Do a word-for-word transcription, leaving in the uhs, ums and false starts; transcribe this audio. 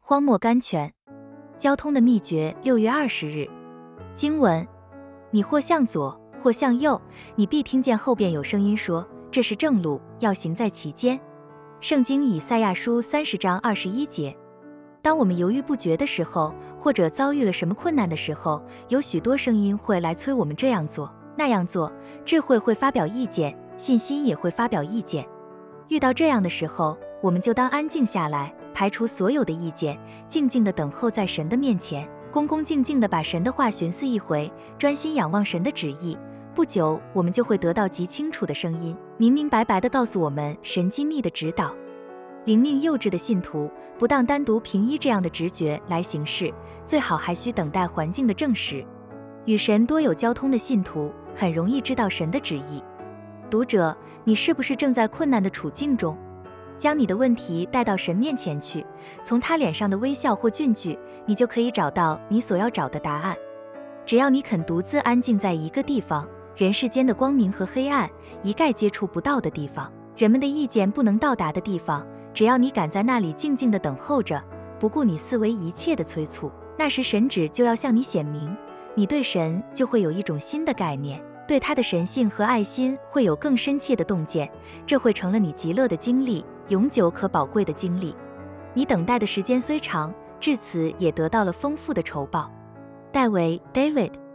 荒漠甘泉。交通的秘诀，六月二十日。经文：你或向左，或向右，你必听见后边有声音说：“这是正路，要行在其间。”圣经以赛亚书三十章二十一节。当我们犹豫不决的时候，或者遭遇了什么困难的时候，有许多声音会来催我们这样做、那样做，智慧会发表意见，信心也会发表意见。遇到这样的时候，我们就当安静下来，排除所有的意见，静静地等候在神的面前，恭恭敬敬地把神的话寻思一回，专心仰望神的旨意。不久，我们就会得到极清楚的声音，明明白白地告诉我们神机密的指导。灵命幼稚的信徒，不当单独凭依这样的直觉来行事，最好还需等待环境的证实。与神多有交通的信徒，很容易知道神的旨意。读者，你是不是正在困难的处境中？将你的问题带到神面前去，从他脸上的微笑或俊句，你就可以找到你所要找的答案。只要你肯独自安静在一个地方，人世间的光明和黑暗一概接触不到的地方，人们的意见不能到达的地方，只要你敢在那里静静地等候着，不顾你四围一切的催促，那时神旨就要向你显明，你对神就会有一种新的概念，对他的神性和爱心会有更深切的洞见，这会成了你极乐的经历，永久可宝贵的经历。你等待的时间虽长，至此也得到了丰富的酬报。戴维 David